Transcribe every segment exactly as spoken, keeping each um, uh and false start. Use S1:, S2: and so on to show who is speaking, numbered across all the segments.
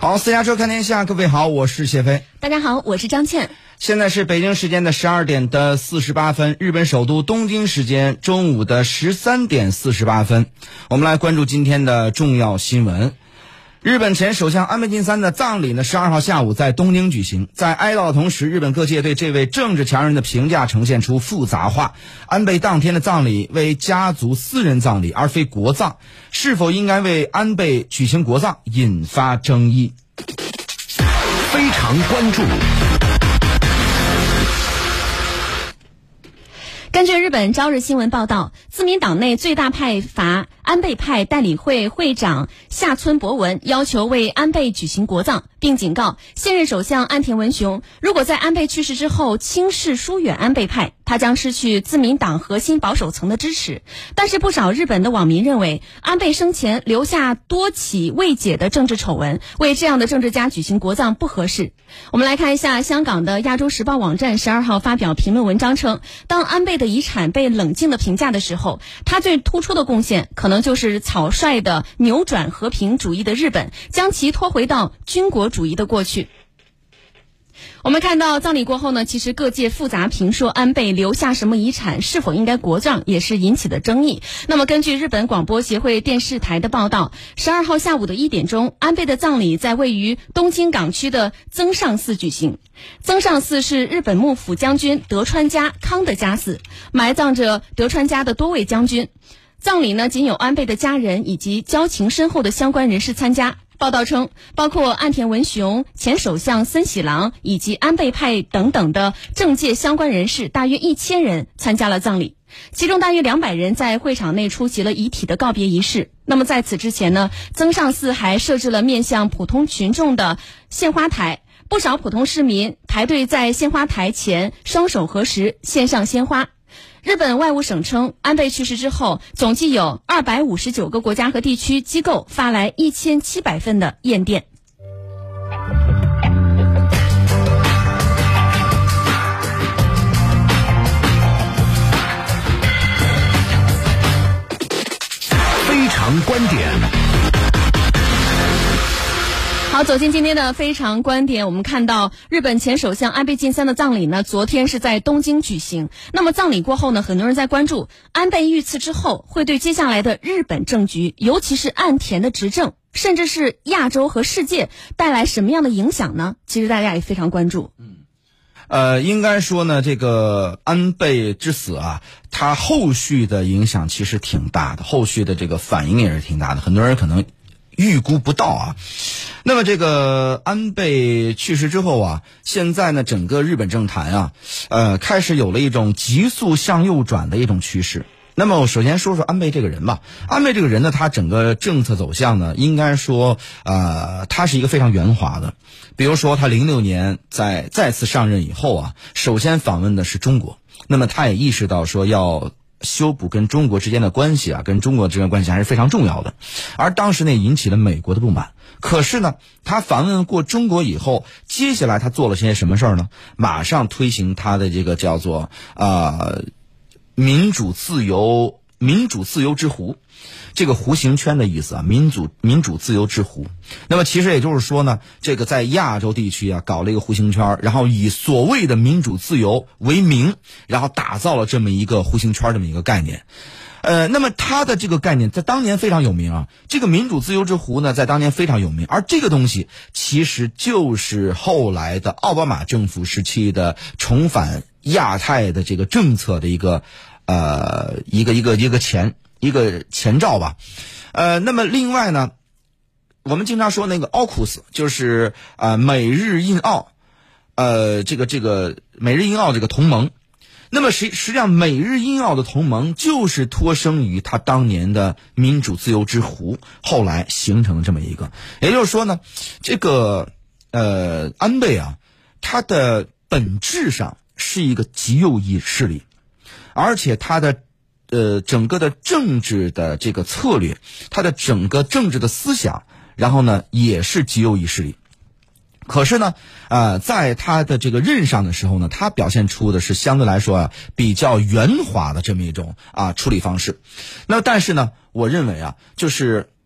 S1: 好，私家车看天下，各位好，我是谢飞。
S2: 大家好，我是张倩。
S1: 现在是北京时间的十二点的四十八分，日本首都东京时间中午的十三点四十八分。我们来关注今天的重要新闻。日本前首相安倍晋三的葬礼呢，十二号下午在东京举行。在哀悼的同时，日本各界对这位政治强人的评价呈现出复杂化。安倍当天的葬礼为家族私人葬礼，而非国葬，是否应该为安倍举行国葬，引发争议。
S3: 非常关注。
S2: 根据日本朝日新闻报道，自民党内最大派阀安倍派代理会会长下村博文要求为安倍举行国葬，并警告现任首相岸田文雄，如果在安倍去世之后轻视疏远安倍派，他将失去自民党核心保守层的支持。但是不少日本的网民认为，安倍生前留下多起未解的政治丑闻，为这样的政治家举行国葬不合适。我们来看一下香港的亚洲时报网站十二号发表评论文章称，当安倍的遗产被冷静的评价的时候，他最突出的贡献可能就是草率的扭转和平主义的日本，将其拖回到军国主义的过去。我们看到葬礼过后呢，其实各界复杂评说安倍留下什么遗产，是否应该国葬，也是引起的争议。那么根据日本广播协会电视台的报道，十二号下午的一点钟，安倍的葬礼在位于东京港区的增上寺举行。增上寺是日本幕府将军德川家康的家祠，埋葬着德川家的多位将军。葬礼呢，仅有安倍的家人以及交情深厚的相关人士参加。报道称，包括岸田文雄、前首相森喜朗以及安倍派等等的政界相关人士大约一千人参加了葬礼，其中大约两百人在会场内出席了遗体的告别仪式。那么在此之前呢，增上寺还设置了面向普通群众的献花台，不少普通市民排队在献花台前双手合十献上鲜花。日本外务省称，安倍去世之后，总计有二百五十九个国家和地区机构发来一千七百份的唁电。
S3: 非常观点。
S2: 好，走进今天的非常观点，我们看到日本前首相安倍晋三的葬礼呢，昨天是在东京举行。那么葬礼过后呢，很多人在关注安倍遇刺之后会对接下来的日本政局，尤其是岸田的执政，甚至是亚洲和世界带来什么样的影响呢？其实大家也非常关注。
S1: 嗯，呃，应该说呢，这个安倍之死啊，它后续的影响其实挺大的，后续的这个反应也是挺大的，很多人可能预估不到啊。那么这个安倍去世之后啊，现在呢整个日本政坛啊，呃，开始有了一种急速向右转的一种趋势。那么我首先说说安倍这个人吧。安倍这个人呢，他整个政策走向呢，应该说呃，他是一个非常圆滑的。比如说他零六年在再次上任以后啊，首先访问的是中国，那么他也意识到说要修补跟中国之间的关系啊，跟中国之间的关系还是非常重要的。而当时呢，引起了美国的不满。可是呢，他访问过中国以后，接下来他做了些什么事儿呢？马上推行他的这个叫做呃民主自由民主自由之弧，这个弧形圈的意思啊，民主民主自由之弧。那么其实也就是说呢，这个在亚洲地区啊搞了一个弧形圈，然后以所谓的民主自由为名，然后打造了这么一个弧形圈这么一个概念。呃，那么他的这个概念在当年非常有名啊，这个民主自由之弧呢，在当年非常有名。而这个东西其实就是后来的奥巴马政府时期的重返亚太的这个政策的一个呃一个一个一个前一个前兆吧。呃，那么另外呢，我们经常说那个奥库斯，就是呃美日印澳，呃这个这个美日印澳这个同盟。那么实实际上美日印澳的同盟就是脱生于他当年的民主自由之弧，后来形成这么一个。也就是说呢，这个呃安倍啊，他的本质上是一个极右翼势力，而且他的呃整个的政治的这个策略，他的整个政治的思想，然后呢也是极右翼势力。可是呢，呃，在他的这个任上的时候呢，他表现出的是相对来说啊比较圆滑的这么一种啊处理方式。那但是呢，我认为啊，就是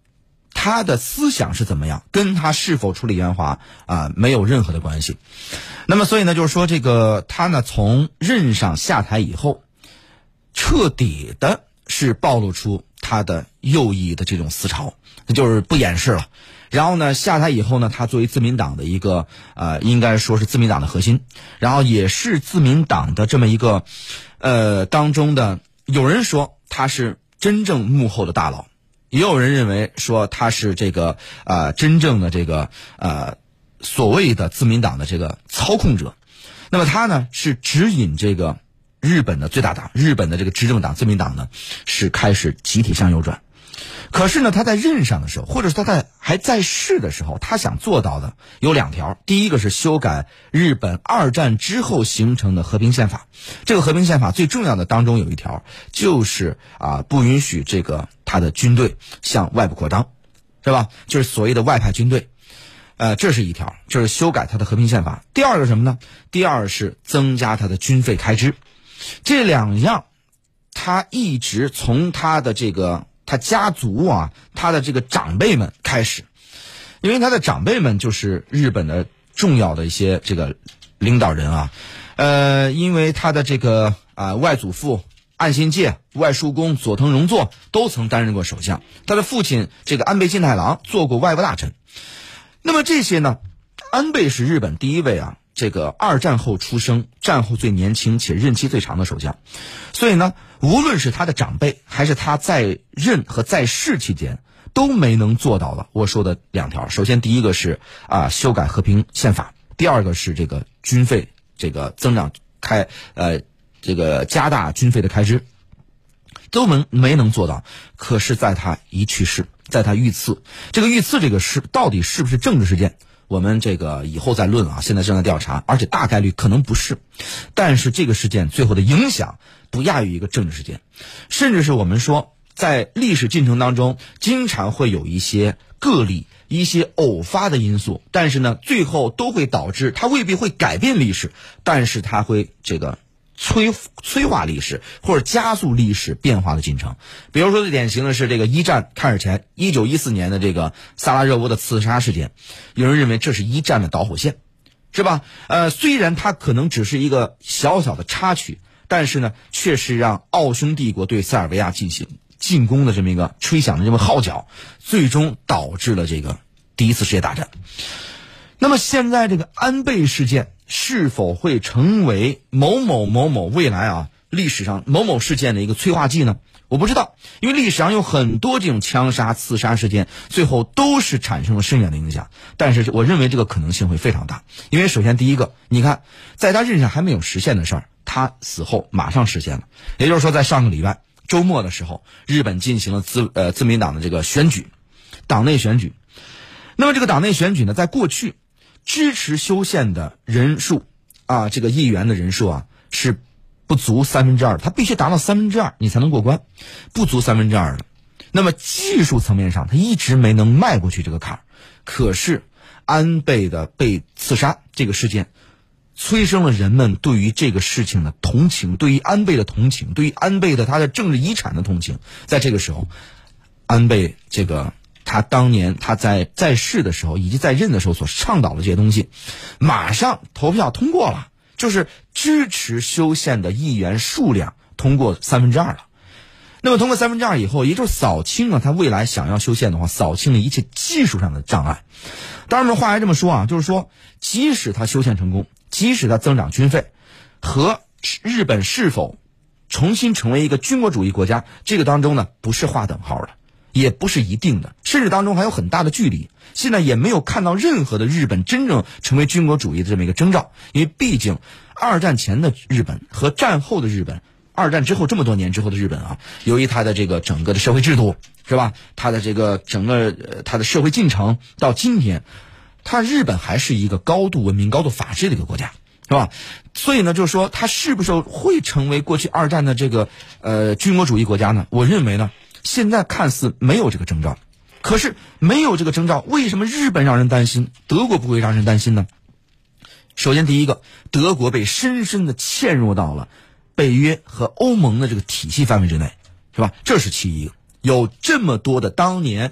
S1: 他的思想是怎么样，跟他是否处理援华啊没有任何的关系。那么所以呢，就是说这个他呢从任上下台以后，彻底的是暴露出他的右翼的这种思潮，就是不掩饰了。然后呢，下台以后呢，他作为自民党的一个呃，应该说是自民党的核心，然后也是自民党的这么一个呃当中的，有人说他是真正幕后的大佬。也有人认为说他是这个呃真正的这个呃所谓的自民党的这个操控者。那么他呢是指引这个日本的最大党，日本的这个执政党自民党呢是开始集体向右转。可是呢他在任上的时候，或者是他在还在世的时候，他想做到的有两条。第一个是修改日本二战之后形成的和平宪法，这个和平宪法最重要的当中有一条就是啊不允许这个他的军队向外部扩张，是吧？就是所谓的外派军队，呃，这是一条，就是修改他的和平宪法。第二个什么呢？第二是增加他的军费开支。这两样，他一直从他的这个他家族啊，他的这个长辈们开始，因为他的长辈们就是日本的重要的一些这个领导人啊，呃，因为他的这个啊、呃、外祖父岸信介、外叔公佐藤荣作都曾担任过首相，他的父亲这个安倍晋太郎做过外务大臣。那么这些呢，安倍是日本第一位啊，这个二战后出生、战后最年轻且任期最长的首相。所以呢，无论是他的长辈还是他在任和在世期间，都没能做到了我说的两条。首先第一个是啊修改和平宪法，第二个是这个军费这个增长开呃这个加大军费的开支，都没没能做到。可是在他一去世，在他遇刺，这个遇刺这个是到底是不是政治事件，我们这个以后再论啊，现在正在调查，而且大概率可能不是。但是这个事件最后的影响不亚于一个政治事件，甚至是我们说在历史进程当中经常会有一些个例、一些偶发的因素，但是呢最后都会导致它未必会改变历史，但是它会这个催催化历史或者加速历史变化的进程。比如说最典型的是这个一战开始前一九一四年的这个萨拉热窝的刺杀事件，有人认为这是一战的导火线，是吧？呃，虽然它可能只是一个小小的插曲，但是呢却是让奥匈帝国对塞尔维亚进行进攻的这么一个吹响的这么号角，最终导致了这个第一次世界大战。那么现在这个安倍事件是否会成为某某某某未来啊历史上某某事件的一个催化剂呢？我不知道，因为历史上有很多这种枪杀、刺杀事件，最后都是产生了深远的影响。但是我认为这个可能性会非常大，因为首先第一个，你看，在他任上还没有实现的事儿，他死后马上实现了。也就是说，在上个礼拜周末的时候，日本进行了自呃自民党的这个选举，党内选举。那么这个党内选举呢，在过去支持修宪的人数啊，这个议员的人数啊是不足三分之二，他必须达到三分之二你才能过关，不足三分之二的。那么技术层面上，他一直没能迈过去这个坎儿。可是安倍的被刺杀这个事件，催生了人们对于这个事情的同情，对于安倍的同情，对于安倍的他的政治遗产的同情。在这个时候，安倍这个他当年他在在世的时候以及在任的时候所倡导的这些东西，马上投票通过了，就是支持修宪的议员数量通过三分之二了。那么通过三分之二以后，也就是扫清了他未来想要修宪的话，扫清了一切技术上的障碍。当然话还这么说啊，就是说即使他修宪成功，即使他增长军费，和日本是否重新成为一个军国主义国家，这个当中呢不是划等号的，也不是一定的，甚至当中还有很大的距离。现在也没有看到任何的日本真正成为军国主义的这么一个征兆，因为毕竟二战前的日本和战后的日本，二战之后这么多年之后的日本啊，由于它的这个整个的社会制度，是吧？它的这个整个呃它的社会进程到今天，它日本还是一个高度文明、高度法治的一个国家，是吧？所以呢，就是说它是不是会成为过去二战的这个呃军国主义国家呢？我认为呢，现在看似没有这个征兆。可是没有这个征兆，为什么日本让人担心，德国不会让人担心呢？首先第一个，德国被深深的嵌入到了北约和欧盟的这个体系范围之内，是吧？这是其一。有这么多的当年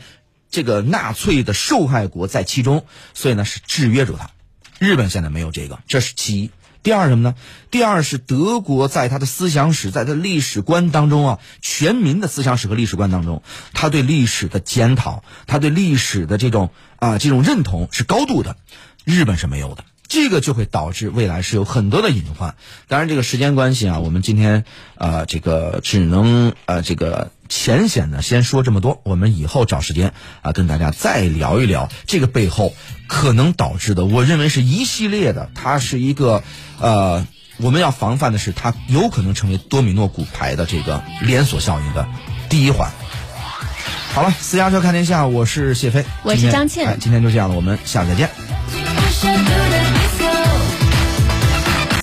S1: 这个纳粹的受害国在其中，所以呢是制约住它。日本现在没有这个，这是其一。第二什么呢？第二是德国在他的思想史，在他的历史观当中啊，全民的思想史和历史观当中，他对历史的检讨，他对历史的这种啊、呃、这种认同是高度的，日本是没有的。这个就会导致未来是有很多的隐患。当然这个时间关系啊，我们今天呃这个只能呃这个浅显的先说这么多，我们以后找时间啊、呃、跟大家再聊一聊这个背后可能导致的，我认为是一系列的，它是一个呃我们要防范的是它有可能成为多米诺骨牌的这个连锁效应的第一环。好了，私家车看天下，我是谢飞，
S2: 我是张倩，
S1: 哎，今天就这样了，我们下次再见。
S4: Push it through the disco.